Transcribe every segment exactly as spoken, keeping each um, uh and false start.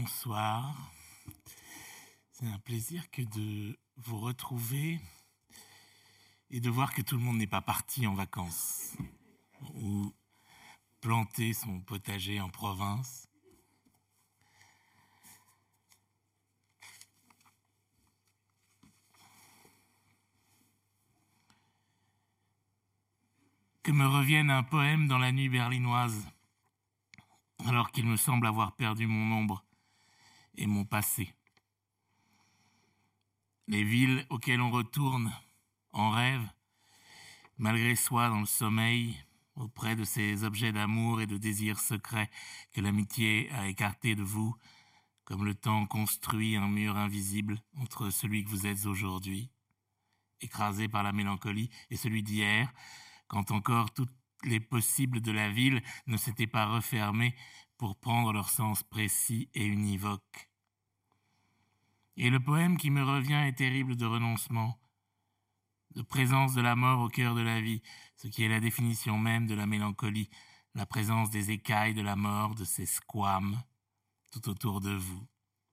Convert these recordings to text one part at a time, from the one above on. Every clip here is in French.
bonsoir. C'est un plaisir que de vous retrouver et de voir que tout le monde n'est pas parti en vacances ou planter son potager en province. Que me revienne un poème dans la nuit berlinoise, alors qu'il me semble avoir perdu mon ombre et mon passé. Les villes auxquelles on retourne en rêve, malgré soi dans le sommeil, auprès de ces objets d'amour et de désir secret que l'amitié a écartés de vous, comme le temps construit un mur invisible entre celui que vous êtes aujourd'hui, écrasé par la mélancolie, et celui d'hier, quand encore toutes les possibles de la ville ne s'étaient pas refermés pour prendre leur sens précis et univoque. Et le poème qui me revient est terrible de renoncement, de présence de la mort au cœur de la vie, ce qui est la définition même de la mélancolie, la présence des écailles de la mort, de ces squames, tout autour de vous.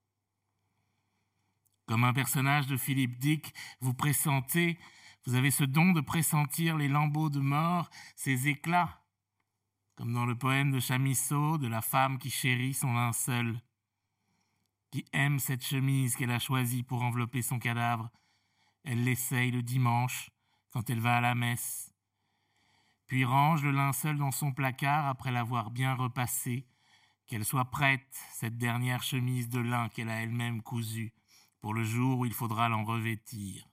Comme un personnage de Philippe Dick, vous pressentez, vous avez ce don de pressentir les lambeaux de mort, ces éclats, comme dans le poème de Chamisso, de la femme qui chérit son linceul, qui aime cette chemise qu'elle a choisie pour envelopper son cadavre. Elle l'essaye le dimanche, quand elle va à la messe, puis range le linceul dans son placard après l'avoir bien repassé, qu'elle soit prête, cette dernière chemise de lin qu'elle a elle-même cousue, pour le jour où il faudra l'en revêtir.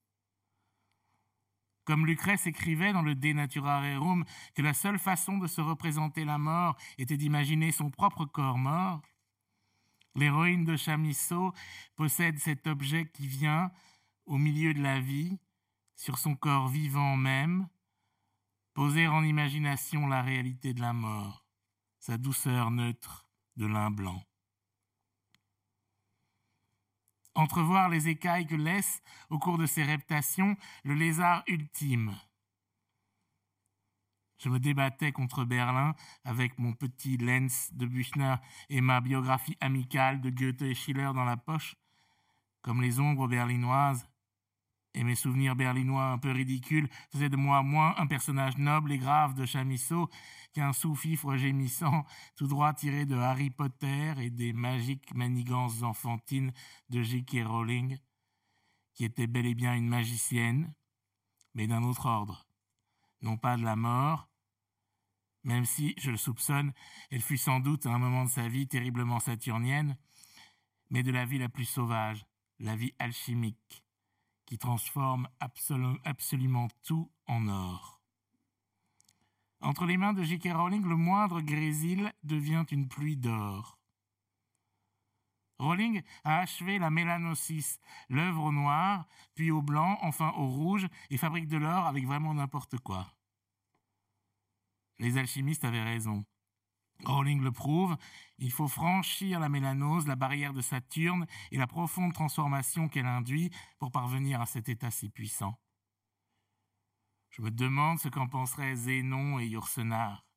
Comme Lucrèce écrivait dans le De Natura Rerum que la seule façon de se représenter la mort était d'imaginer son propre corps mort, l'héroïne de Chamisso possède cet objet qui vient, au milieu de la vie, sur son corps vivant même, poser en imagination la réalité de la mort, sa douceur neutre de lin blanc. Entrevoir les écailles que laisse, au cours de ses reptations, le lézard ultime. Je me débattais contre Berlin avec mon petit Lenz de Büchner et ma biographie amicale de Goethe et Schiller dans la poche, comme les ombres berlinoises, et mes souvenirs berlinois un peu ridicules faisaient de moi moins un personnage noble et grave de Chamisso qu'un sous-fifre gémissant tout droit tiré de Harry Potter et des magiques manigances enfantines de J K Rowling, qui était bel et bien une magicienne, mais d'un autre ordre, non pas de la mort, même si, je le soupçonne, elle fut sans doute à un moment de sa vie terriblement saturnienne, mais de la vie la plus sauvage, la vie alchimique, qui transforme absolu- absolument tout en or. Entre les mains de J K Rowling, le moindre grésil devient une pluie d'or. Rowling a achevé la mélanosis, l'œuvre au noir, puis au blanc, enfin au rouge, et fabrique de l'or avec vraiment n'importe quoi. Les alchimistes avaient raison. Rowling le prouve, il faut franchir la mélanose, la barrière de Saturne et la profonde transformation qu'elle induit pour parvenir à cet état si puissant. Je me demande ce qu'en penseraient Zénon et Yourcenar.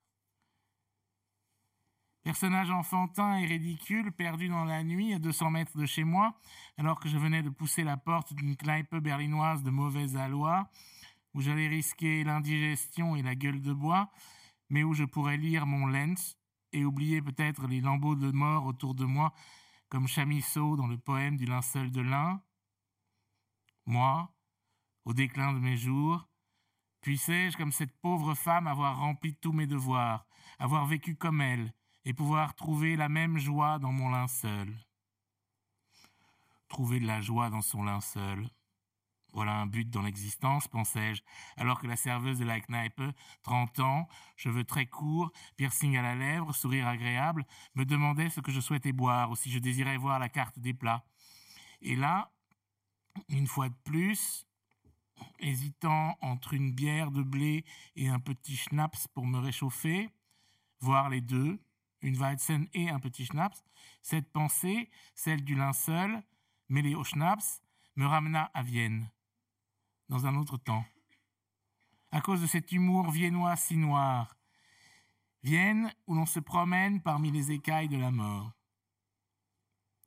Personnage enfantin et ridicule, perdu dans la nuit à deux cents mètres de chez moi, alors que je venais de pousser la porte d'une Kneipe berlinoise de mauvais aloi, où j'allais risquer l'indigestion et la gueule de bois, mais où je pourrais lire mon Lenz et oublier peut-être les lambeaux de mort autour de moi, comme Chamisso dans le poème du linceul de lin. Moi, au déclin de mes jours, puissais-je, comme cette pauvre femme, avoir rempli tous mes devoirs, avoir vécu comme elle, et pouvoir trouver la même joie dans mon linceul. Trouver de la joie dans son linceul. Voilà un but dans l'existence, pensais-je, alors que la serveuse de la Kneipe, trente ans, cheveux très courts, piercing à la lèvre, sourire agréable, me demandait ce que je souhaitais boire ou si je désirais voir la carte des plats. Et là, une fois de plus, hésitant entre une bière de blé et un petit schnapps pour me réchauffer, voire les deux, une Weizen et un petit schnapps, cette pensée, celle du linceul, mêlée au schnapps, me ramena à Vienne. Dans un autre temps, à cause de cet humour viennois si noir. Vienne, où l'on se promène parmi les écailles de la mort.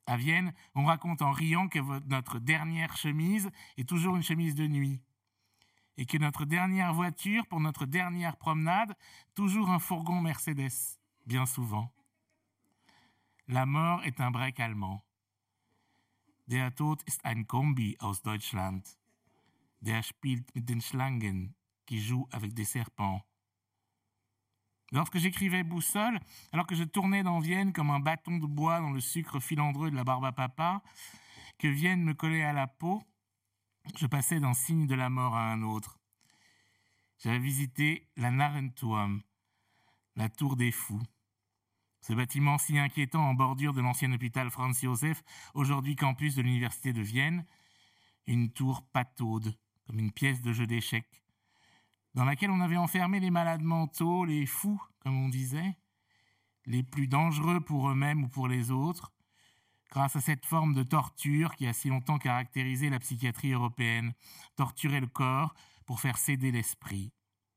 À Vienne, on raconte en riant que notre dernière chemise est toujours une chemise de nuit et que notre dernière voiture pour notre dernière promenade, toujours un fourgon Mercedes, bien souvent. La mort est un break allemand. Der Tod ist ein Kombi aus Deutschland. Der spielt mit den Schlangen, qui joue avec des serpents. Lorsque j'écrivais Boussole, alors que je tournais dans Vienne comme un bâton de bois dans le sucre filandreux de la barbe à papa, que Vienne me collait à la peau, je passais d'un signe de la mort à un autre. J'avais visité la Narrenturm, la tour des fous. Ce bâtiment si inquiétant en bordure de l'ancien hôpital Franz Joseph, aujourd'hui campus de l'université de Vienne, une tour pataude, comme une pièce de jeu d'échecs, dans laquelle on avait enfermé les malades mentaux, les fous, comme on disait, les plus dangereux pour eux-mêmes ou pour les autres, grâce à cette forme de torture qui a si longtemps caractérisé la psychiatrie européenne, torturer le corps pour faire céder l'esprit.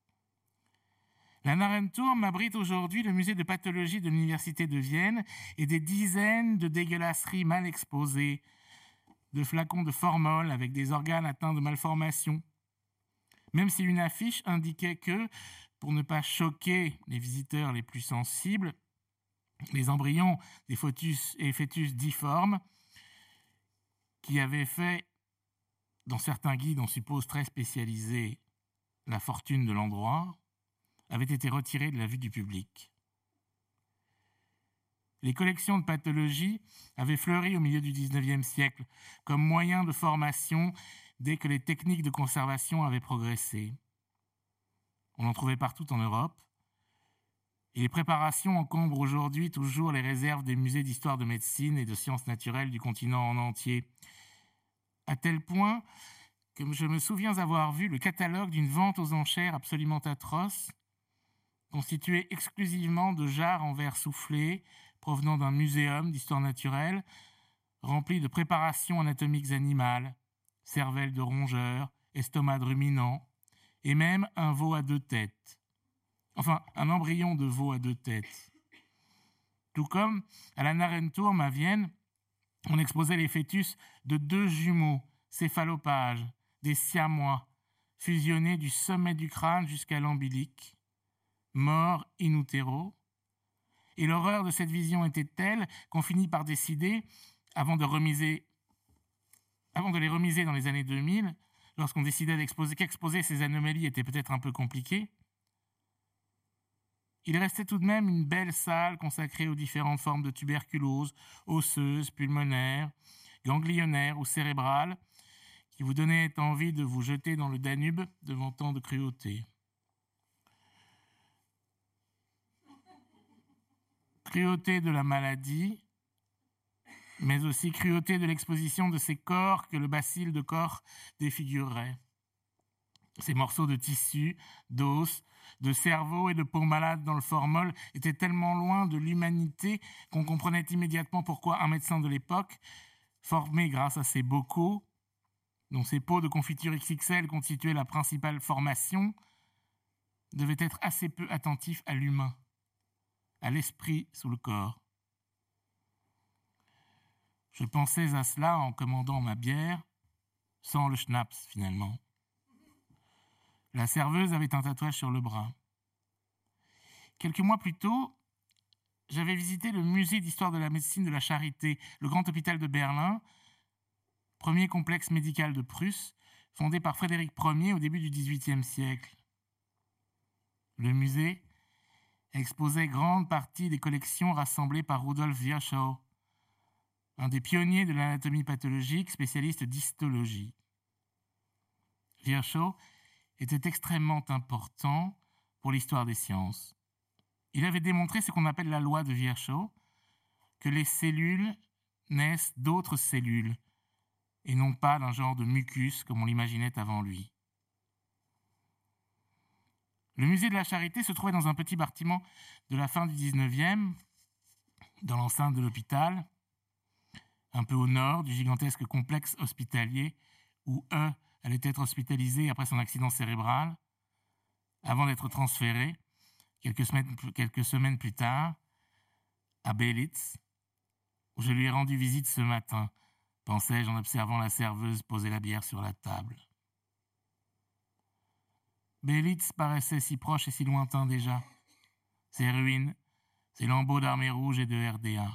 La Narrenturm abrite aujourd'hui le musée de pathologie de l'université de Vienne et des dizaines de dégueulasseries mal exposées, de flacons de formol avec des organes atteints de malformations. Même si une affiche indiquait que, pour ne pas choquer les visiteurs les plus sensibles, les embryons des fœtus et fœtus difformes, qui avaient fait, dans certains guides, on suppose très spécialisés, la fortune de l'endroit, avaient été retirés de la vue du public. Les collections de pathologie avaient fleuri au milieu du dix-neuvième siècle comme moyen de formation dès que les techniques de conservation avaient progressé. On en trouvait partout en Europe, et les préparations encombrent aujourd'hui toujours les réserves des musées d'histoire de médecine et de sciences naturelles du continent en entier, à tel point que je me souviens avoir vu le catalogue d'une vente aux enchères absolument atroce, constitué exclusivement de jarres en verre soufflé provenant d'un muséum d'histoire naturelle, rempli de préparations anatomiques animales, cervelle de rongeur, estomac de ruminant, et même un veau à deux têtes. Enfin, un embryon de veau à deux têtes. Tout comme, à la Narrenturm à Vienne, on exposait les fœtus de deux jumeaux, céphalopages, des siamois, fusionnés du sommet du crâne jusqu'à l'ombilic, morts in utero. Et l'horreur de cette vision était telle qu'on finit par décider, avant de remiser, avant de les remiser dans les années deux mille, lorsqu'on décidait d'exposer, qu'exposer ces anomalies était peut-être un peu compliqué, il restait tout de même une belle salle consacrée aux différentes formes de tuberculose, osseuse, pulmonaire, ganglionnaire ou cérébrale, qui vous donnait envie de vous jeter dans le Danube devant tant de cruauté. Cruauté de la maladie, mais aussi cruauté de l'exposition de ces corps que le bacille de corps défigurerait. Ces morceaux de tissu, d'os, de cerveau et de peau malade dans le formol étaient tellement loin de l'humanité qu'on comprenait immédiatement pourquoi un médecin de l'époque, formé grâce à ses bocaux, dont ces pots de confiture X X L constituaient la principale formation, devait être assez peu attentif à l'humain, à l'esprit sous le corps. Je pensais à cela en commandant ma bière, sans le schnapps finalement. La serveuse avait un tatouage sur le bras. Quelques mois plus tôt, j'avais visité le musée d'histoire de la médecine de la Charité, le grand hôpital de Berlin, premier complexe médical de Prusse, fondé par Frédéric Ier au début du dix-huitième siècle. Le musée exposait grande partie des collections rassemblées par Rudolf Virchow, un des pionniers de l'anatomie pathologique, spécialiste d'histologie. Virchow était extrêmement important pour l'histoire des sciences. Il avait démontré ce qu'on appelle la loi de Virchow, que les cellules naissent d'autres cellules, et non pas d'un genre de mucus comme on l'imaginait avant lui. Le musée de la Charité se trouvait dans un petit bâtiment de la fin du dix-neuvième, dans l'enceinte de l'hôpital, un peu au nord du gigantesque complexe hospitalier où E allait être hospitalisé après son accident cérébral, avant d'être transféré, quelques semaines, quelques semaines plus tard, à Belitz, où je lui ai rendu visite ce matin, pensais-je en observant la serveuse poser la bière sur la table. Belitz paraissait si proche et si lointain déjà. Ses ruines, ses lambeaux d'armée rouge et de R D A.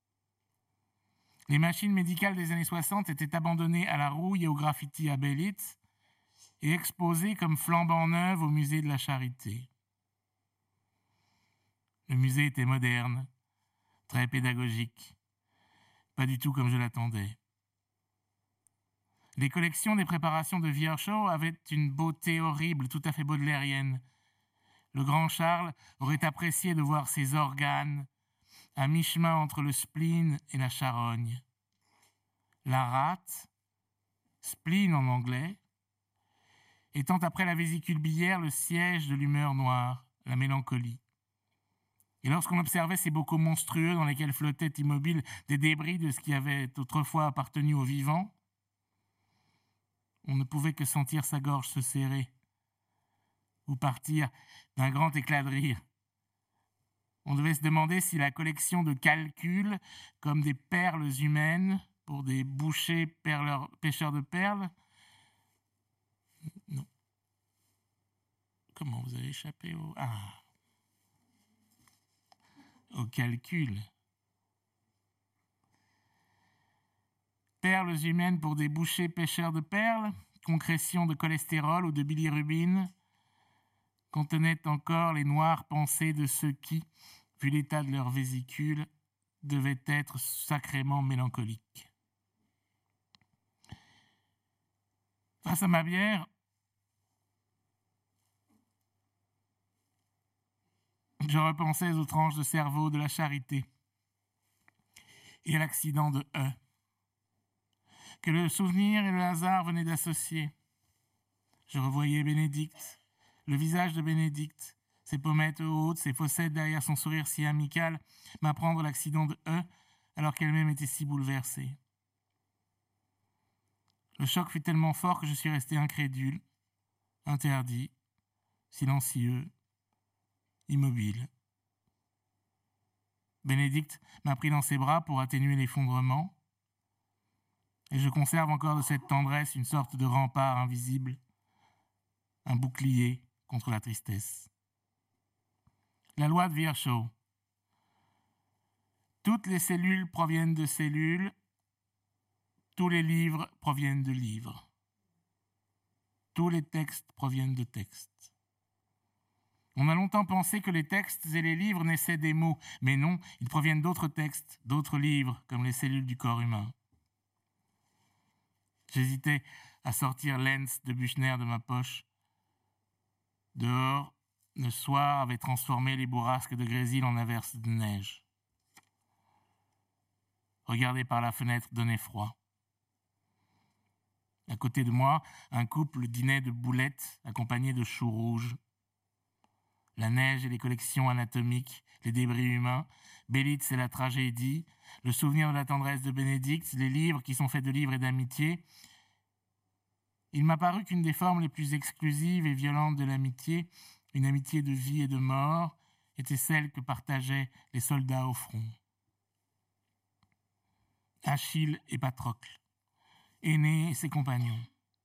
Les machines médicales des années soixante étaient abandonnées à la rouille et au graffiti à Belitz et exposées comme flambant neuves au musée de la Charité. Le musée était moderne, très pédagogique, pas du tout comme je l'attendais. Les collections des préparations de Virchow avaient une beauté horrible, tout à fait baudelairienne. Le grand Charles aurait apprécié de voir ses organes à mi-chemin entre le spleen et la charogne. La rate, spleen en anglais, étant après la vésicule biliaire le siège de l'humeur noire, la mélancolie. Et lorsqu'on observait ces bocaux monstrueux dans lesquels flottaient immobiles des débris de ce qui avait autrefois appartenu aux vivants, on ne pouvait que sentir sa gorge se serrer ou partir d'un grand éclat de rire. On devait se demander si la collection de calculs, comme des perles humaines pour des bouchers perleurs, pêcheurs de perles... Non. Comment vous avez échappé au... Ah. Au calcul. Perles humaines pour des bouchers pêcheurs de perles, concrétion de cholestérol ou de bilirubine, contenaient encore les noires pensées de ceux qui, vu l'état de leur vésicule, devaient être sacrément mélancoliques. Face à ma bière, je repensais aux tranches de cerveau de la Charité et à l'accident de E, que le souvenir et le hasard venaient d'associer. Je revoyais Bénédicte, le visage de Bénédicte, ses pommettes hautes, ses fossettes derrière son sourire si amical, m'apprendre l'accident de E, alors qu'elle-même était si bouleversée. Le choc fut tellement fort que je suis resté incrédule, interdit, silencieux, immobile. Bénédicte m'a pris dans ses bras pour atténuer l'effondrement, et je conserve encore de cette tendresse une sorte de rempart invisible, un bouclier contre la tristesse. La loi de Virchow. Toutes les cellules proviennent de cellules, tous les livres proviennent de livres. Tous les textes proviennent de textes. On a longtemps pensé que les textes et les livres naissaient des mots, mais non, ils proviennent d'autres textes, d'autres livres, comme les cellules du corps humain. J'hésitais à sortir Lenz de Büchner de ma poche. Dehors, le soir avait transformé les bourrasques de Grésil en averses de neige. Regarder par la fenêtre donnait froid. À côté de moi, un couple dînait de boulettes accompagné de choux rouges. La neige et les collections anatomiques, les débris humains, Belitz et la tragédie, le souvenir de la tendresse de Bénédicte, les livres qui sont faits de livres et d'amitié. Il m'a paru qu'une des formes les plus exclusives et violentes de l'amitié, une amitié de vie et de mort, était celle que partageaient les soldats au front. Achille et Patrocle, Énée et ses compagnons.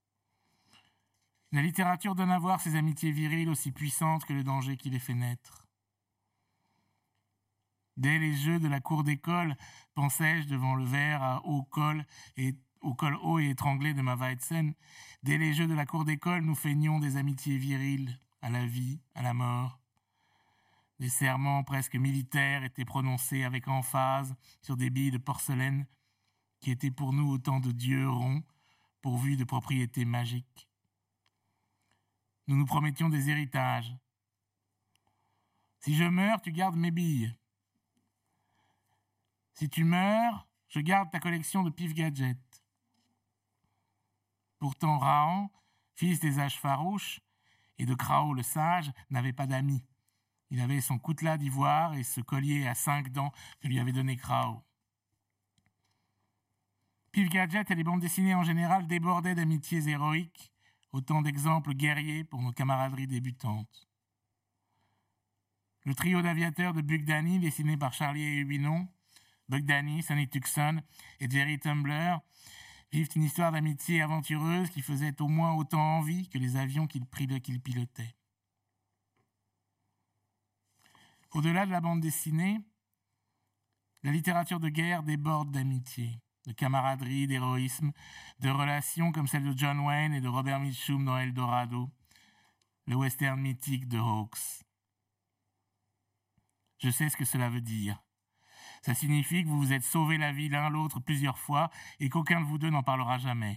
La littérature donne à voir ces amitiés viriles aussi puissantes que le danger qui les fait naître. Dès les jeux de la cour d'école, pensais-je devant le verre à haut col et au col haut et étranglé de ma Weizen, dès les jeux de la cour d'école, nous feignions des amitiés viriles, à la vie, à la mort. Des serments presque militaires étaient prononcés avec emphase sur des billes de porcelaine qui étaient pour nous autant de dieux ronds, pourvus de propriétés magiques. Nous nous promettions des héritages. Si je meurs, tu gardes mes billes. Si tu meurs, je garde ta collection de pif-gadgets. Pourtant, Rahan, fils des âges farouches, et de Krao le sage, n'avait pas d'amis. Il avait son coutelas d'ivoire et ce collier à cinq dents que lui avait donné Krao. Pif-gadget et les bandes dessinées en général débordaient d'amitiés héroïques, autant d'exemples guerriers pour nos camaraderies débutantes. Le trio d'aviateurs de Bugdani, dessiné par Charlier et Hubinon, Bogdani, Sonny Tucson et Jerry Tumbler vivent une histoire d'amitié aventureuse qui faisait au moins autant envie que les avions qu'ils pilotaient. Au-delà de la bande dessinée, la littérature de guerre déborde d'amitié, de camaraderie, d'héroïsme, de relations comme celle de John Wayne et de Robert Mitchum dans El Dorado, le western mythique de Hawks. Je sais ce que cela veut dire. Ça signifie que vous vous êtes sauvé la vie l'un l'autre plusieurs fois et qu'aucun de vous deux n'en parlera jamais.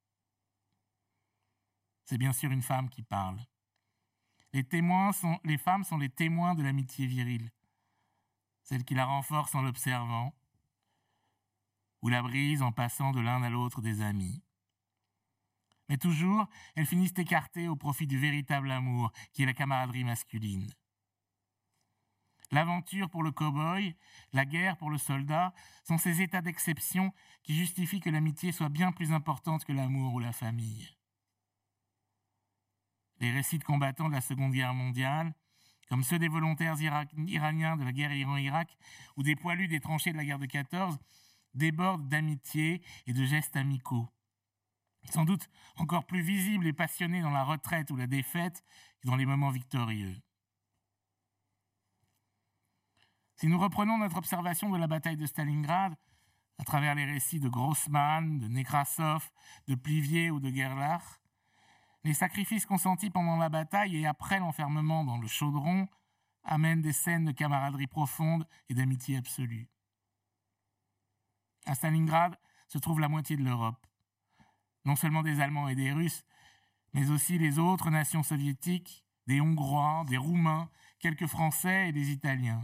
C'est bien sûr une femme qui parle. Les témoins sont, les femmes sont les témoins de l'amitié virile, celle qui la renforce en l'observant, ou la brise en passant de l'un à l'autre des amis. Mais toujours, elles finissent écartées au profit du véritable amour, qui est la camaraderie masculine. L'aventure pour le cow-boy, la guerre pour le soldat, sont ces états d'exception qui justifient que l'amitié soit bien plus importante que l'amour ou la famille. Les récits de combattants de la Seconde Guerre mondiale, comme ceux des volontaires iraniens de la guerre Iran-Irak ou des poilus des tranchées de la guerre de quatorze, débordent d'amitié et de gestes amicaux. Sans doute encore plus visibles et passionnés dans la retraite ou la défaite que dans les moments victorieux. Si nous reprenons notre observation de la bataille de Stalingrad, à travers les récits de Grossman, de Nekrasov, de Plivier ou de Gerlach, les sacrifices consentis pendant la bataille et après l'enfermement dans le chaudron amènent des scènes de camaraderie profonde et d'amitié absolue. À Stalingrad se trouve la moitié de l'Europe, non seulement des Allemands et des Russes, mais aussi les autres nations soviétiques, des Hongrois, des Roumains, quelques Français et des Italiens.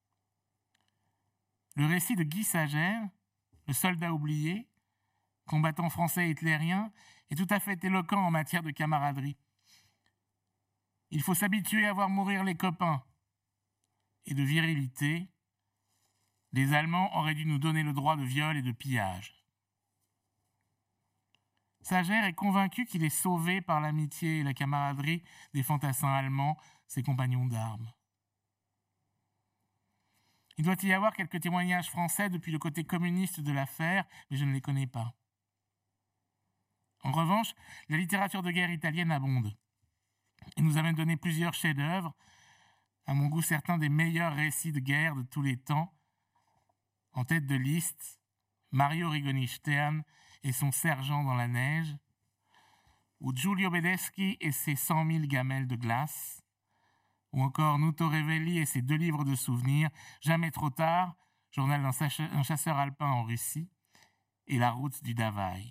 Le récit de Guy Sagère, le soldat oublié, combattant français hitlérien, est tout à fait éloquent en matière de camaraderie. Il faut s'habituer à voir mourir les copains. Et de virilité, les Allemands auraient dû nous donner le droit de viol et de pillage. Sagère est convaincu qu'il est sauvé par l'amitié et la camaraderie des fantassins allemands, ses compagnons d'armes. Il doit y avoir quelques témoignages français depuis le côté communiste de l'affaire, mais je ne les connais pas. En revanche, la littérature de guerre italienne abonde. Et nous a même donné plusieurs chefs-d'œuvre, à mon goût certains des meilleurs récits de guerre de tous les temps. En tête de liste, Mario Rigoni Stern et son sergent dans la neige, ou Giulio Bedeschi et ses cent mille gamelles de glace, ou encore Nuto Revelli et ses deux livres de souvenirs, Jamais trop tard, journal d'un chasseur alpin en Russie, et La route du Davaï.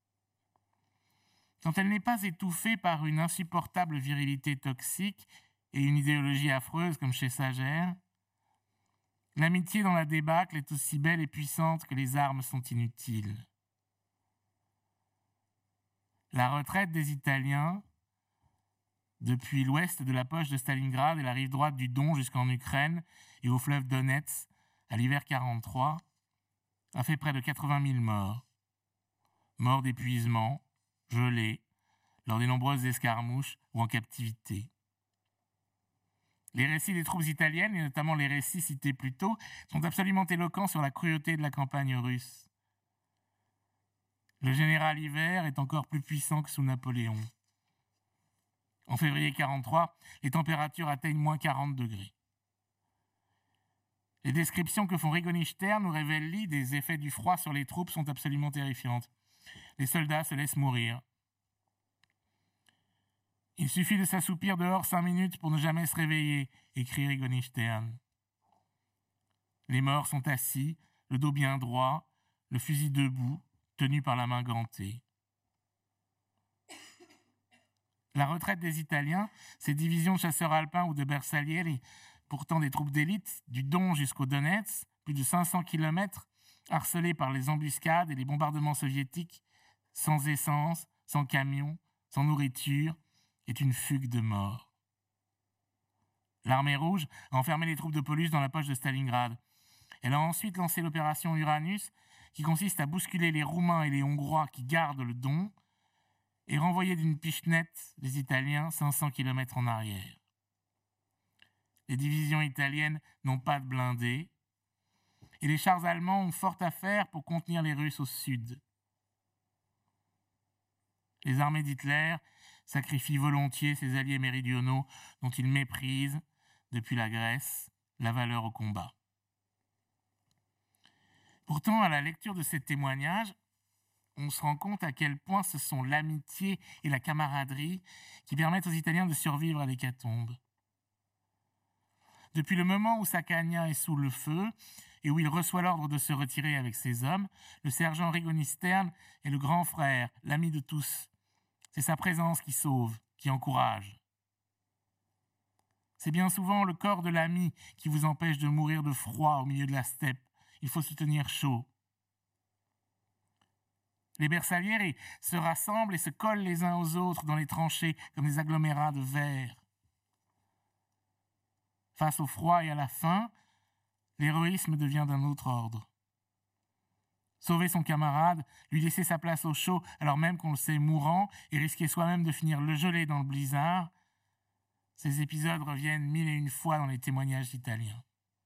Quand elle n'est pas étouffée par une insupportable virilité toxique et une idéologie affreuse comme chez Sagère, l'amitié dans la débâcle est aussi belle et puissante que les armes sont inutiles. La retraite des Italiens, depuis l'ouest de la poche de Stalingrad et la rive droite du Don jusqu'en Ukraine et au fleuve Donetsk à l'hiver quarante-trois, a fait près de quatre-vingt mille morts. Morts d'épuisement, gelés, lors des nombreuses escarmouches ou en captivité. Les récits des troupes italiennes, et notamment les récits cités plus tôt, sont absolument éloquents sur la cruauté de la campagne russe. Le général Hiver est encore plus puissant que sous Napoléon. En février quarante-trois, les températures atteignent moins quarante degrés. Les descriptions que font Rigoni Stern ou Revelli des effets du froid sur les troupes sont absolument terrifiantes. Les soldats se laissent mourir. Il suffit de s'assoupir dehors cinq minutes pour ne jamais se réveiller, écrit Rigoni Stern. Les morts sont assis, le dos bien droit, le fusil debout, tenu par la main gantée. La retraite des Italiens, ces divisions de chasseurs alpins ou de bersaglieri, pourtant des troupes d'élite, du Don jusqu'au Donetsk, plus de cinq cents kilomètres, harcelés par les embuscades et les bombardements soviétiques, sans essence, sans camion, sans nourriture, est une fugue de mort. L'armée rouge a enfermé les troupes de Paulus dans la poche de Stalingrad. Elle a ensuite lancé l'opération Uranus, qui consiste à bousculer les Roumains et les Hongrois qui gardent le Don et renvoyer d'une pichenette les Italiens cinq cents kilomètres en arrière. Les divisions italiennes n'ont pas de blindés et les chars allemands ont fort à faire pour contenir les Russes au sud. Les armées d'Hitler sacrifient volontiers ses alliés méridionaux dont ils méprisent, depuis la Grèce, la valeur au combat. Pourtant, à la lecture de ces témoignages, on se rend compte à quel point ce sont l'amitié et la camaraderie qui permettent aux Italiens de survivre à l'hécatombe. Depuis le moment où Sacagna est sous le feu et où il reçoit l'ordre de se retirer avec ses hommes, le sergent Rigonisterne est le grand frère, l'ami de tous. C'est sa présence qui sauve, qui encourage. C'est bien souvent le corps de l'ami qui vous empêche de mourir de froid au milieu de la steppe. Il faut se tenir chaud. Les bersaglieri se rassemblent et se collent les uns aux autres dans les tranchées comme des agglomérats de verre. Face au froid et à la faim, l'héroïsme devient d'un autre ordre. Sauver son camarade, lui laisser sa place au chaud alors même qu'on le sait mourant et risquer soi-même de finir le gelé dans le blizzard, ces épisodes reviennent mille et une fois dans les témoignages italiens.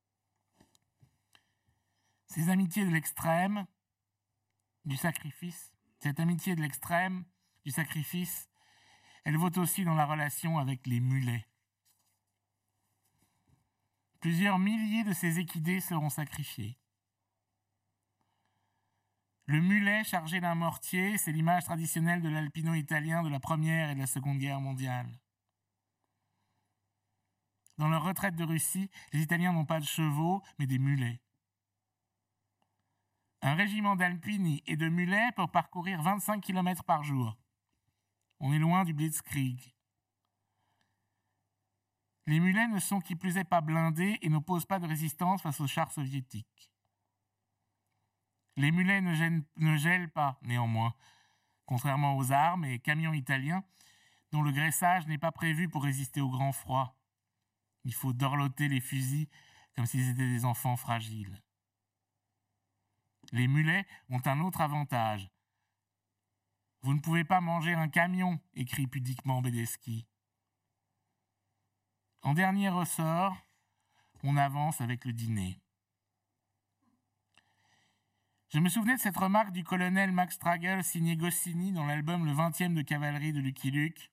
Ces amitiés de l'extrême, du sacrifice, cette amitié de l'extrême, du sacrifice, elle vaut aussi dans la relation avec les mulets. Plusieurs milliers de ces équidés seront sacrifiés. Le mulet chargé d'un mortier, c'est l'image traditionnelle de l'alpino-italien de la Première et de la Seconde Guerre mondiale. Dans leur retraite de Russie, les Italiens n'ont pas de chevaux, mais des mulets. Un régiment d'alpini et de mulets peut parcourir vingt-cinq kilomètres par jour. On est loin du blitzkrieg. Les mulets ne sont qui plus est pas blindés et n'opposent pas de résistance face aux chars soviétiques. Les mulets ne, gênent, ne gèlent pas, néanmoins, contrairement aux armes et camions italiens, dont le graissage n'est pas prévu pour résister au grand froid. Il faut dorloter les fusils comme s'ils étaient des enfants fragiles. Les mulets ont un autre avantage. Vous ne pouvez pas manger un camion, écrit pudiquement Bédeschi. En dernier ressort, on avance avec le dîner. Je me souvenais de cette remarque du colonel Max Stragel signé Goscinny dans l'album Le vingtième de cavalerie de Lucky Luke.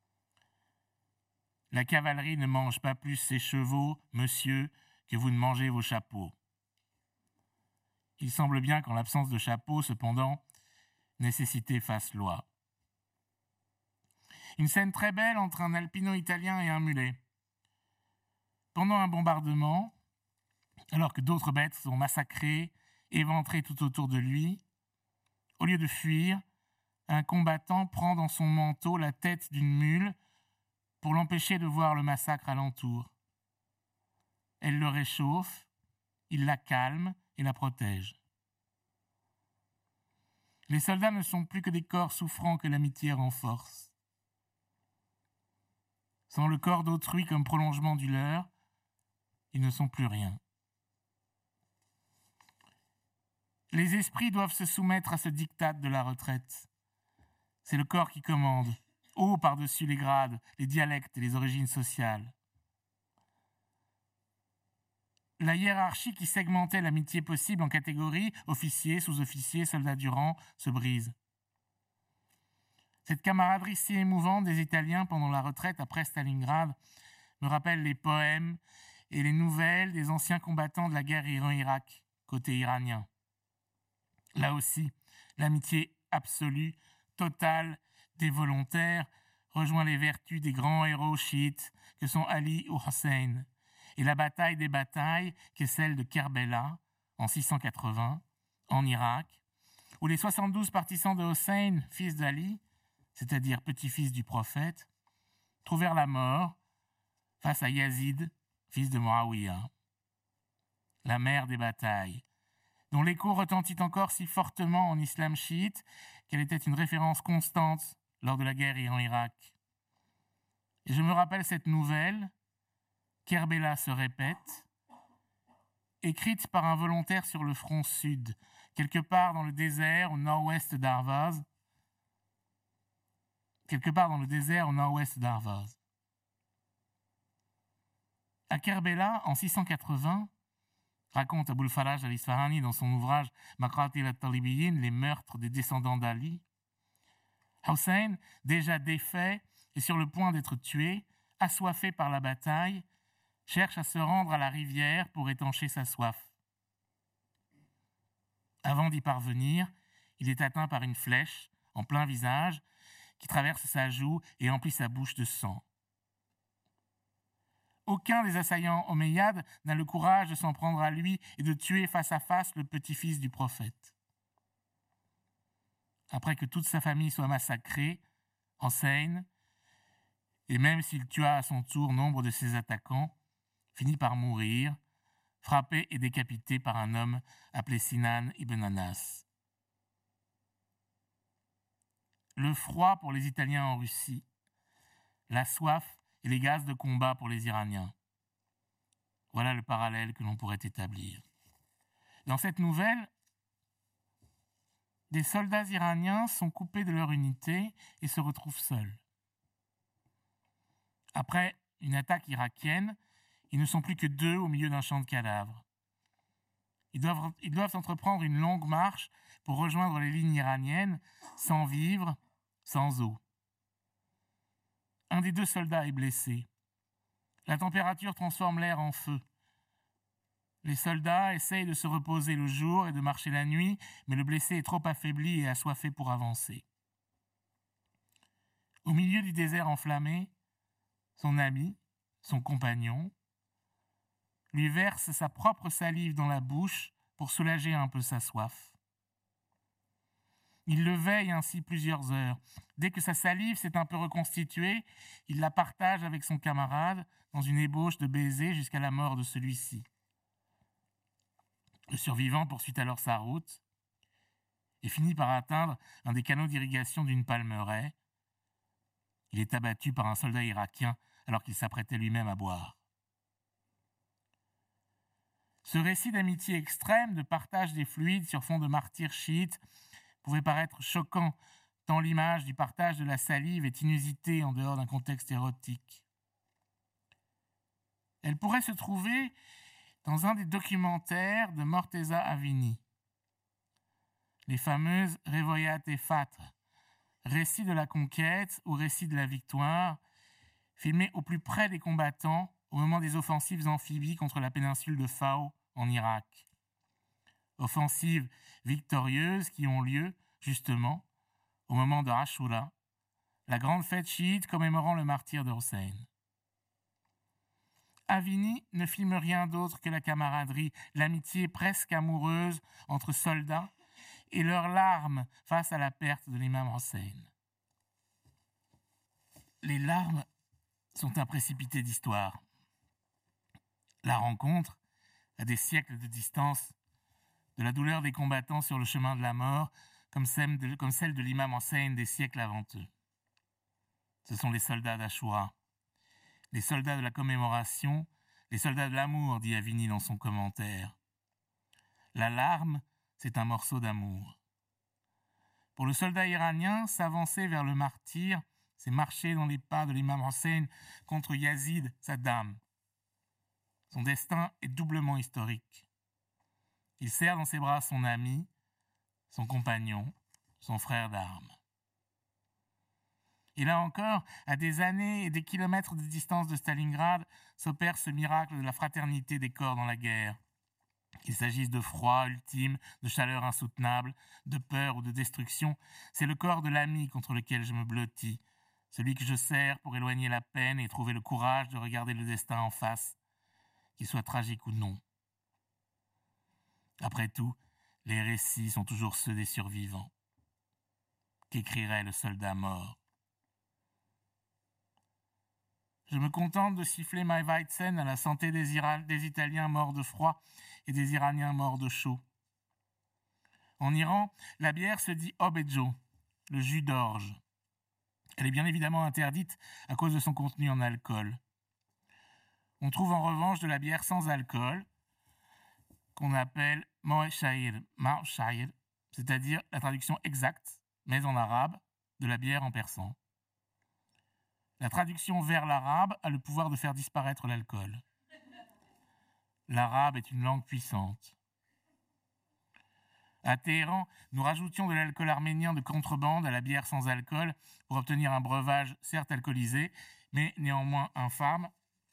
La cavalerie ne mange pas plus ses chevaux, monsieur, que vous ne mangez vos chapeaux. Il semble bien qu'en l'absence de chapeau, cependant, nécessité fasse loi. Une scène très belle entre un alpino-italien et un mulet. Pendant un bombardement, alors que d'autres bêtes sont massacrées, éventrées tout autour de lui, au lieu de fuir, un combattant prend dans son manteau la tête d'une mule pour l'empêcher de voir le massacre alentour. Elle le réchauffe, il la calme et la protège. Les soldats ne sont plus que des corps souffrants que l'amitié renforce. Sans le corps d'autrui comme prolongement du leur, ils ne sont plus rien. Les esprits doivent se soumettre à ce diktat de la retraite. C'est le corps qui commande, haut par-dessus les grades, les dialectes et les origines sociales. La hiérarchie qui segmentait l'amitié possible en catégories, officiers, sous-officiers, soldats du rang, se brise. Cette camaraderie si émouvante des Italiens pendant la retraite après Stalingrad me rappelle les poèmes et les nouvelles des anciens combattants de la guerre Iran-Irak, côté iranien. Là aussi, l'amitié absolue, totale des volontaires rejoint les vertus des grands héros chiites que sont Ali ou Hussein, et la bataille des batailles qui est celle de Kerbela en six cent quatre-vingts, en Irak, où les soixante-douze partisans de Hussein, fils d'Ali, c'est-à-dire petit-fils du prophète, trouvèrent la mort face à Yazid, fils de Muawiyah. La mère des batailles, dont l'écho retentit encore si fortement en islam chiite qu'elle était une référence constante lors de la guerre Iran-Irak. Et je me rappelle cette nouvelle, Kerbela se répète, écrite par un volontaire sur le front sud, quelque part dans le désert au nord-ouest d'Arvaz, quelque part dans le désert au nord-ouest d'Arvaz. À Kerbela, en six cent quatre-vingts, raconte Abul Faraj al-Isfahani dans son ouvrage Maqatil al-Talibiyin, les meurtres des descendants d'Ali. Hussein, déjà défait et sur le point d'être tué, assoiffé par la bataille, cherche à se rendre à la rivière pour étancher sa soif. Avant d'y parvenir, il est atteint par une flèche en plein visage qui traverse sa joue et emplit sa bouche de sang. Aucun des assaillants omeyyades n'a le courage de s'en prendre à lui et de tuer face à face le petit-fils du prophète. Après que toute sa famille soit massacrée, Hussein, et même s'il tua à son tour nombre de ses attaquants, finit par mourir, frappé et décapité par un homme appelé Sinan ibn Anas. Le froid pour les Italiens en Russie, la soif et les gaz de combat pour les Iraniens. Voilà le parallèle que l'on pourrait établir. Dans cette nouvelle, des soldats iraniens sont coupés de leur unité et se retrouvent seuls. Après une attaque irakienne, ils ne sont plus que deux au milieu d'un champ de cadavres. Ils doivent, ils doivent entreprendre une longue marche pour rejoindre les lignes iraniennes, sans vivres, sans eau. Un des deux soldats est blessé. La température transforme l'air en feu. Les soldats essayent de se reposer le jour et de marcher la nuit, mais le blessé est trop affaibli et assoiffé pour avancer. Au milieu du désert enflammé, son ami, son compagnon, lui verse sa propre salive dans la bouche pour soulager un peu sa soif. Il le veille ainsi plusieurs heures. Dès que sa salive s'est un peu reconstituée, il la partage avec son camarade dans une ébauche de baisers jusqu'à la mort de celui-ci. Le survivant poursuit alors sa route et finit par atteindre un des canaux d'irrigation d'une palmeraie. Il est abattu par un soldat irakien alors qu'il s'apprêtait lui-même à boire. Ce récit d'amitié extrême, de partage des fluides sur fond de martyrs chiites, pouvait paraître choquant, tant l'image du partage de la salive est inusitée en dehors d'un contexte érotique. Elle pourrait se trouver dans un des documentaires de Morteza Avini, les fameuses Revoyat et Fatra, récits de la conquête ou récits de la victoire, filmés au plus près des combattants au moment des offensives amphibies contre la péninsule de Fao en Irak. Offensives victorieuses qui ont lieu, justement, au moment de Ashura, la grande fête chiite commémorant le martyre de Hussein. Avini ne filme rien d'autre que la camaraderie, l'amitié presque amoureuse entre soldats et leurs larmes face à la perte de l'imam Hussein. Les larmes sont un précipité d'histoire. La rencontre, à des siècles de distance, de la douleur des combattants sur le chemin de la mort, comme celle de, comme celle de l'imam Hussein des siècles avant eux. Ce sont les soldats d'Ashura, les soldats de la commémoration, les soldats de l'amour, dit Avini dans son commentaire. La larme, c'est un morceau d'amour. Pour le soldat iranien, s'avancer vers le martyr, c'est marcher dans les pas de l'imam Hussein contre Yazid, sa dame. Son destin est doublement historique. Il serre dans ses bras son ami, son compagnon, son frère d'armes. Et là encore, à des années et des kilomètres de distance de Stalingrad, s'opère ce miracle de la fraternité des corps dans la guerre. Qu'il s'agisse de froid ultime, de chaleur insoutenable, de peur ou de destruction, c'est le corps de l'ami contre lequel je me blottis, celui que je serre pour éloigner la peine et trouver le courage de regarder le destin en face, qu'il soit tragique ou non. Après tout, les récits sont toujours ceux des survivants. Qu'écrirait le soldat mort? Je me contente de siffler Mai Weizen à la santé des, Ira- des Italiens morts de froid et des Iraniens morts de chaud. En Iran, la bière se dit obejo, le jus d'orge. Elle est bien évidemment interdite à cause de son contenu en alcool. On trouve en revanche de la bière sans alcool, qu'on appelle Mo'eshair, Ma'shair, c'est-à-dire la traduction exacte, mais en arabe, de la bière en persan. La traduction vers l'arabe a le pouvoir de faire disparaître l'alcool. l'arabe est une langue puissante. À Téhéran, nous rajoutions de l'alcool arménien de contrebande à la bière sans alcool pour obtenir un breuvage certes alcoolisé, mais néanmoins infâme,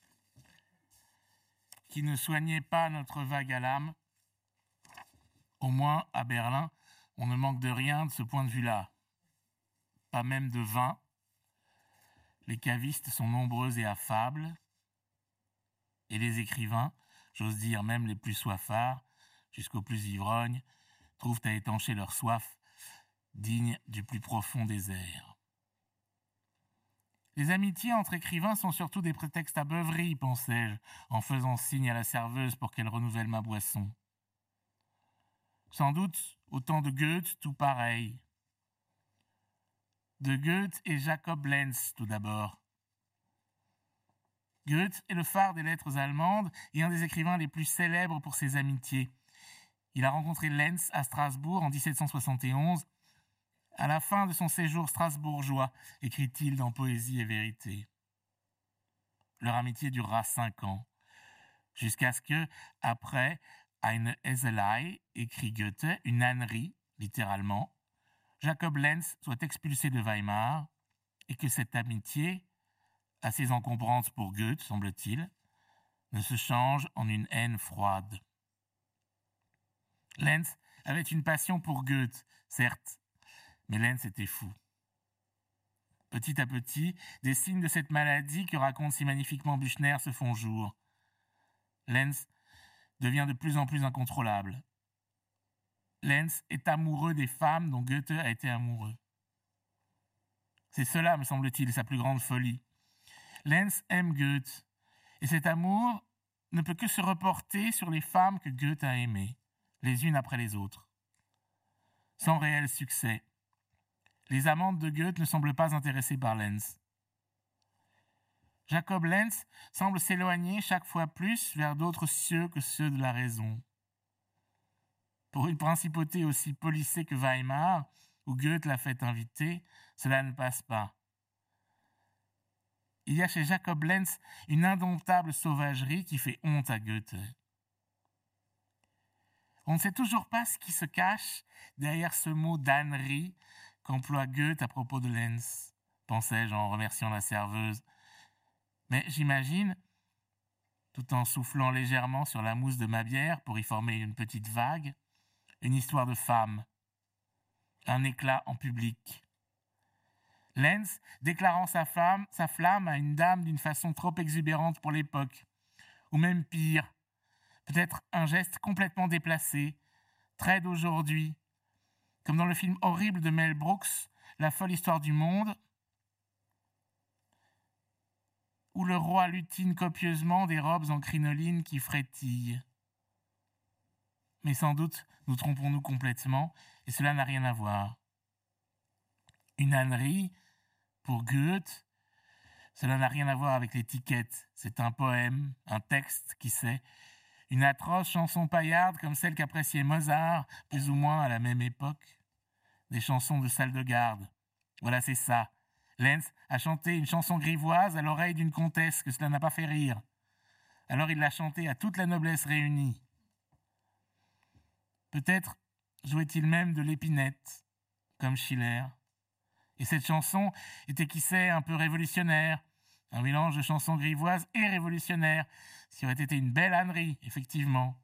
qui ne soignait pas notre vague à l'âme. Au moins, à Berlin, on ne manque de rien de ce point de vue-là. Pas même de vin. Les cavistes sont nombreux et affables. Et les écrivains, j'ose dire même les plus soifards, jusqu'aux plus ivrognes, trouvent à étancher leur soif, digne du plus profond désert. Les amitiés entre écrivains sont surtout des prétextes à beuverie, pensais-je, en faisant signe à la serveuse pour qu'elle renouvelle ma boisson. Sans doute, au temps de Goethe, tout pareil. De Goethe et Jacob Lenz, tout d'abord. Goethe est le phare des lettres allemandes et un des écrivains les plus célèbres pour ses amitiés. Il a rencontré Lenz à Strasbourg en dix-sept cent soixante et onze, à la fin de son séjour strasbourgeois, écrit-il dans Poésie et Vérité. Leur amitié durera cinq ans, jusqu'à ce que, après eine Eselei, écrit Goethe, une ânerie, littéralement, Jacob Lenz soit expulsé de Weimar et que cette amitié, assez encombrante pour Goethe, semble-t-il, ne se change en une haine froide. Lenz avait une passion pour Goethe, certes, mais Lenz était fou. Petit à petit, des signes de cette maladie que raconte si magnifiquement Büchner se font jour. Lenz devient de plus en plus incontrôlable. Lenz est amoureux des femmes dont Goethe a été amoureux. C'est cela, me semble-t-il, sa plus grande folie. Lenz aime Goethe, et cet amour ne peut que se reporter sur les femmes que Goethe a aimées, les unes après les autres. Sans réel succès. Les amantes de Goethe ne semblent pas intéressées par Lenz. Jacob Lenz semble s'éloigner chaque fois plus vers d'autres cieux que ceux de la raison. Pour une principauté aussi policée que Weimar, où Goethe l'a fait inviter, cela ne passe pas. Il y a chez Jacob Lenz une indomptable sauvagerie qui fait honte à Goethe. On ne sait toujours pas ce qui se cache derrière ce mot d'ânerie qu'emploie Goethe à propos de Lenz, pensais-je en remerciant la serveuse. Mais j'imagine, tout en soufflant légèrement sur la mousse de ma bière pour y former une petite vague, une histoire de femme, un éclat en public. Lenz déclarant sa flamme, sa flamme à une dame d'une façon trop exubérante pour l'époque, ou même pire, peut-être un geste complètement déplacé, très d'aujourd'hui, comme dans le film horrible de Mel Brooks, La folle histoire du monde, où le roi lutine copieusement des robes en crinoline qui frétillent. Mais sans doute nous trompons-nous complètement, et cela n'a rien à voir. Une ânerie, pour Goethe, cela n'a rien à voir avec l'étiquette. C'est un poème, un texte, qui sait, une atroce chanson paillarde comme celle qu'appréciait Mozart, plus ou moins à la même époque. Des chansons de salle de garde. Voilà, c'est ça. Lenz a chanté une chanson grivoise à l'oreille d'une comtesse, que cela n'a pas fait rire. Alors il l'a chantée à toute la noblesse réunie. Peut-être jouait-il même de l'épinette, comme Schiller. Et cette chanson était, qui sait, un peu révolutionnaire, un mélange de chansons grivoises et révolutionnaires, ce qui aurait été une belle ânerie, effectivement.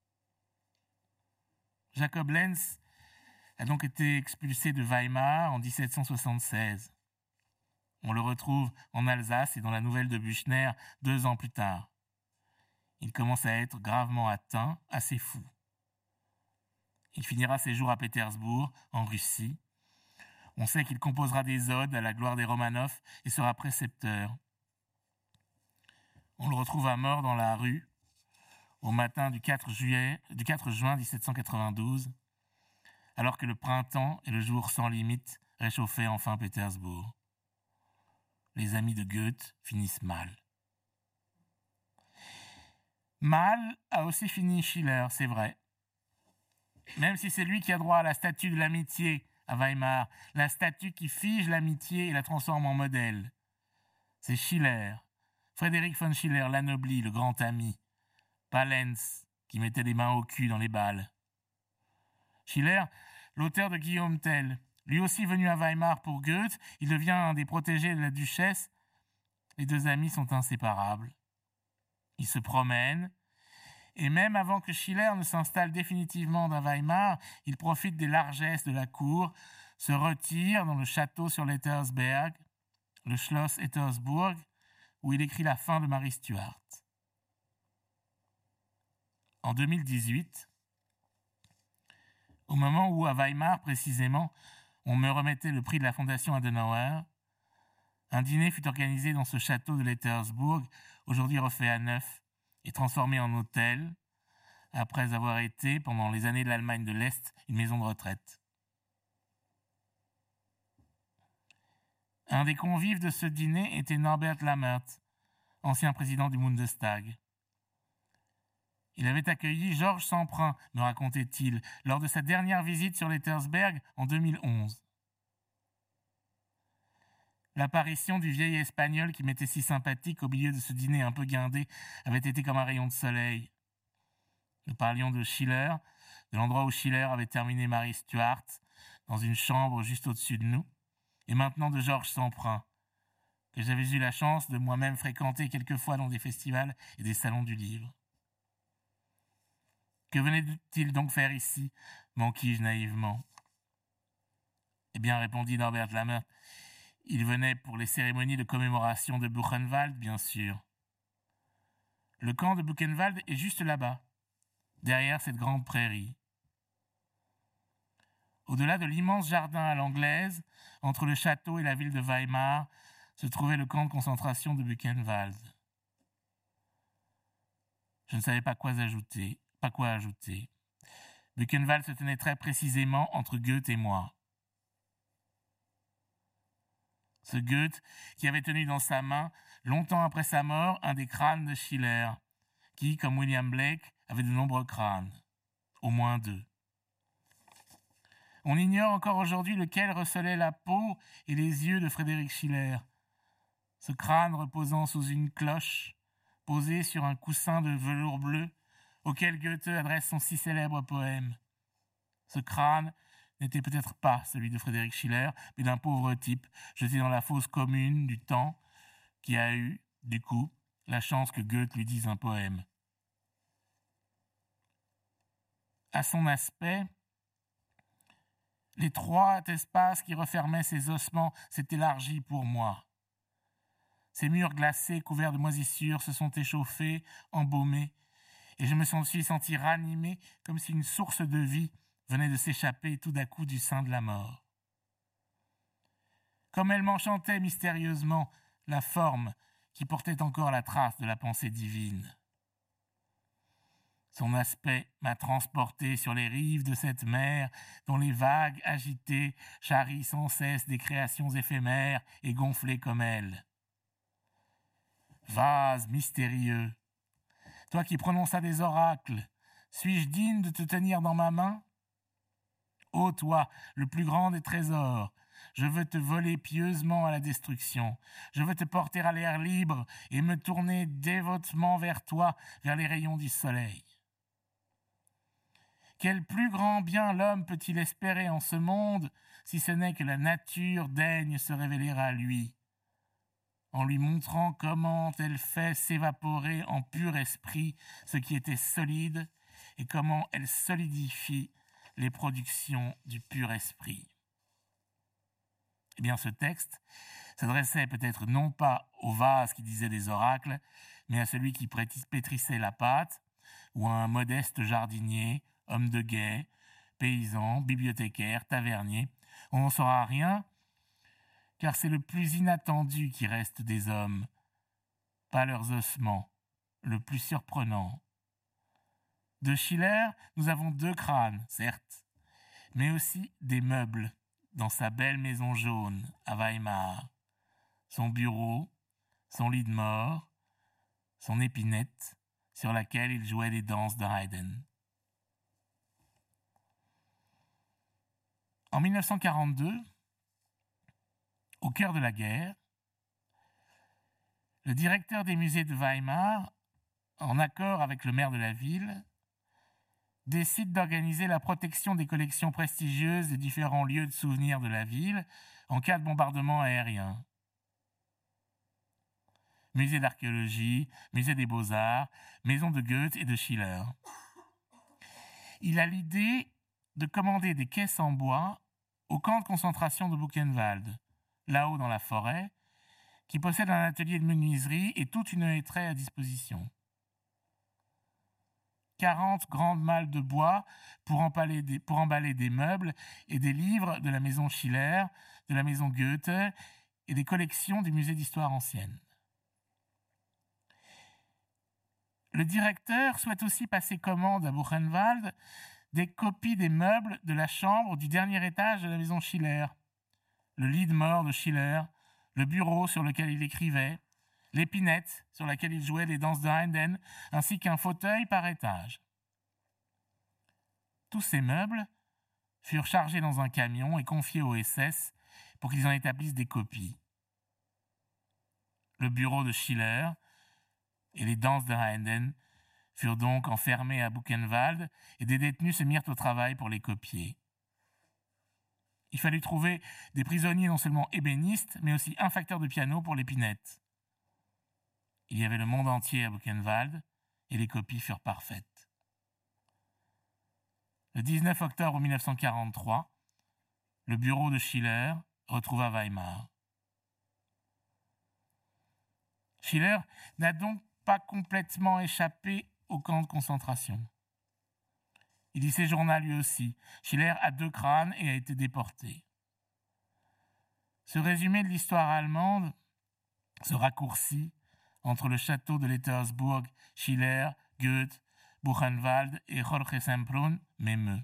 Jacob Lenz a donc été expulsé de Weimar en dix-sept cent soixante-seize. On le retrouve en Alsace et dans la nouvelle de Büchner deux ans plus tard. Il commence à être gravement atteint, assez fou. Il finira ses jours à Pétersbourg, en Russie. On sait qu'il composera des odes à la gloire des Romanov et sera précepteur. On le retrouve à mort dans la rue, au matin du quatre juillet, du quatre juin dix-sept cent quatre-vingt-douze, alors que le printemps et le jour sans limite réchauffaient enfin Pétersbourg. Les amis de Goethe finissent mal. Mal a aussi fini Schiller, c'est vrai. Même si c'est lui qui a droit à la statue de l'amitié à Weimar, la statue qui fige l'amitié et la transforme en modèle. C'est Schiller, Frédéric von Schiller, l'anobli, le grand ami, pas Lenz, qui mettait les mains au cul dans les balles. Schiller, l'auteur de Guillaume Tell, lui aussi venu à Weimar pour Goethe, il devient un des protégés de la duchesse. Les deux amis sont inséparables. Ils se promènent, et même avant que Schiller ne s'installe définitivement dans Weimar, il profite des largesses de la cour, se retire dans le château sur l'Ettersberg, le Schloss Ettersburg, où il écrit la fin de Marie Stuart. En deux mille dix-huit, au moment où à Weimar précisément, on me remettait le prix de la Fondation Adenauer, un dîner fut organisé dans ce château de l'Ettersburg, aujourd'hui refait à neuf et transformé en hôtel, après avoir été, pendant les années de l'Allemagne de l'Est, une maison de retraite. Un des convives de ce dîner était Norbert Lammert, ancien président du Bundestag. Il avait accueilli Georges Semprin, me racontait-il, lors de sa dernière visite sur l'Ettersberg en deux mille onze. L'apparition du vieil Espagnol qui m'était si sympathique au milieu de ce dîner un peu guindé avait été comme un rayon de soleil. Nous parlions de Schiller, de l'endroit où Schiller avait terminé Marie Stuart, dans une chambre juste au-dessus de nous, et maintenant de Georges Semprin, que j'avais eu la chance de moi-même fréquenter quelquefois dans des festivals et des salons du livre. Que venait-il donc faire ici, m'enquis-je naïvement. Eh bien, répondit Norbert Lammert, il venait pour les cérémonies de commémoration de Buchenwald, bien sûr. Le camp de Buchenwald est juste là-bas, derrière cette grande prairie. Au-delà de l'immense jardin à l'anglaise, entre le château et la ville de Weimar, se trouvait le camp de concentration de Buchenwald. Je ne savais pas quoi ajouter, pas quoi ajouter. Buchenwald se tenait très précisément entre Goethe et moi. Ce Goethe qui avait tenu dans sa main, longtemps après sa mort, un des crânes de Schiller, qui, comme William Blake, avait de nombreux crânes, au moins deux. On ignore encore aujourd'hui lequel recelait la peau et les yeux de Frédéric Schiller, ce crâne reposant sous une cloche, posé sur un coussin de velours bleu, auquel Goethe adresse son si célèbre poème. Ce crâne n'était peut-être pas celui de Frédéric Schiller, mais d'un pauvre type jeté dans la fosse commune du temps, qui a eu, du coup, la chance que Goethe lui dise un poème. À son aspect, l'étroit espace qui refermait ses ossements s'est élargi pour moi. Ces murs glacés couverts de moisissures se sont échauffés, embaumés, et je me suis senti ranimé comme si une source de vie venait de s'échapper tout d'un coup du sein de la mort. Comme elle m'enchantait mystérieusement la forme qui portait encore la trace de la pensée divine. Son aspect m'a transporté sur les rives de cette mer dont les vagues agitées charrient sans cesse des créations éphémères et gonflées comme elle. Vase mystérieux, toi qui prononças des oracles, suis-je digne de te tenir dans ma main ? Ô toi, le plus grand des trésors, je veux te voler pieusement à la destruction. Je veux te porter à l'air libre et me tourner dévotement vers toi, vers les rayons du soleil. Quel plus grand bien l'homme peut-il espérer en ce monde, si ce n'est que la nature daigne se révéler à lui, en lui montrant comment elle fait s'évaporer en pur esprit ce qui était solide et comment elle solidifie les productions du pur esprit. Eh bien, ce texte s'adressait peut-être non pas au vase qui disait des oracles, mais à celui qui pétrissait la pâte, ou à un modeste jardinier, homme de guet, paysan, bibliothécaire, tavernier. On n'en saura rien, car c'est le plus inattendu qui reste des hommes, pas leurs ossements, le plus surprenant. De Schiller, nous avons deux crânes, certes, mais aussi des meubles dans sa belle maison jaune à Weimar. Son bureau, son lit de mort, son épinette sur laquelle il jouait des danses de Haydn. En mille neuf cent quarante-deux, au cœur de la guerre, le directeur des musées de Weimar en accord avec le maire de la ville, décide d'organiser la protection des collections prestigieuses des différents lieux de souvenirs de la ville en cas de bombardement aérien. Musée d'archéologie, musée des beaux-arts, maison de Goethe et de Schiller. Il a l'idée de commander des caisses en bois au camp de concentration de Buchenwald, là-haut dans la forêt, qui possède un atelier de menuiserie et toute une hêtraie à disposition. quarante grandes malles de bois pour emballer, des, pour emballer des meubles et des livres de la maison Schiller, de la maison Goethe et des collections du musée d'histoire ancienne. Le directeur souhaite aussi passer commande à Buchenwald des copies des meubles de la chambre du dernier étage de la maison Schiller, le lit de mort de Schiller, le bureau sur lequel il écrivait, l'épinette sur laquelle il jouait les danses de Haydn, ainsi qu'un fauteuil par étage. Tous ces meubles furent chargés dans un camion et confiés au S S pour qu'ils en établissent des copies. Le bureau de Schiller et les danses de Haydn furent donc enfermés à Buchenwald et des détenus se mirent au travail pour les copier. Il fallut trouver des prisonniers non seulement ébénistes, mais aussi un facteur de piano pour l'épinette. Il y avait le monde entier à Buchenwald et les copies furent parfaites. Le dix-neuf octobre mille neuf cent quarante-trois, le bureau de Schiller retrouva Weimar. Schiller n'a donc pas complètement échappé au camp de concentration. Il y séjourna lui aussi. Schiller a deux crânes et a été déporté. Ce résumé de l'histoire allemande, ce raccourci entre le château de Lettersburg, Schiller, Goethe, Buchenwald et Jorge Semprún m'émeut.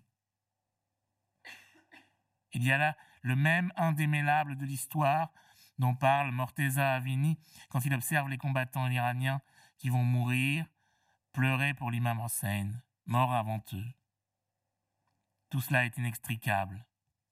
Il y a là le même indémêlable de l'histoire dont parle Morteza Avini quand il observe les combattants iraniens qui vont mourir, pleurer pour l'imam Hossein, mort avant eux. Tout cela est inextricable.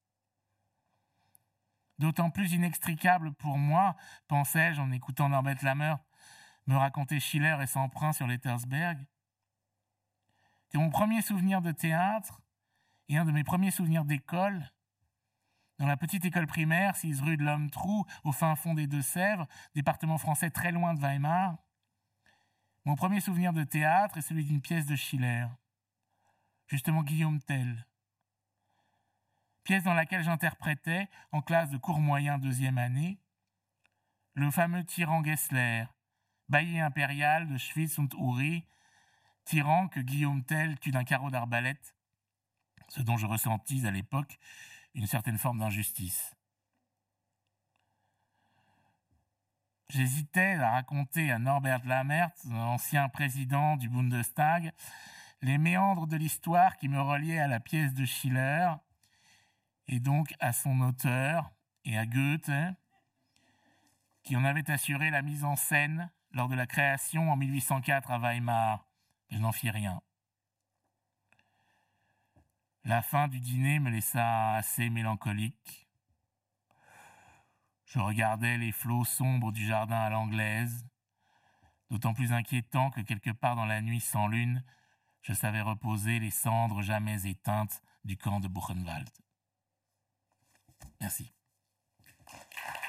D'autant plus inextricable pour moi, pensais-je en écoutant Norbert Lammert me raconter Schiller et Semprún sur Lettersberg, que mon premier souvenir de théâtre et un de mes premiers souvenirs d'école, dans la petite école primaire, six rue de l'Homme-Trou, au fin fond des Deux-Sèvres, département français très loin de Weimar, mon premier souvenir de théâtre est celui d'une pièce de Schiller, justement Guillaume Tell, pièce dans laquelle j'interprétais, en classe de cours moyen deuxième année, le fameux tyran Gessler, bailli impérial de Schwyz und Uri, tyran que Guillaume Tell tue d'un carreau d'arbalète, ce dont je ressentis à l'époque une certaine forme d'injustice. J'hésitais à raconter à Norbert Lammert, ancien président du Bundestag, les méandres de l'histoire qui me reliaient à la pièce de Schiller, et donc à son auteur et à Goethe, qui en avait assuré la mise en scène lors de la création en mille huit cent quatre à Weimar. Mais je n'en fis rien. La fin du dîner me laissa assez mélancolique. Je regardais les flots sombres du jardin à l'anglaise, d'autant plus inquiétant que quelque part dans la nuit sans lune, je savais reposer les cendres jamais éteintes du camp de Buchenwald. Merci.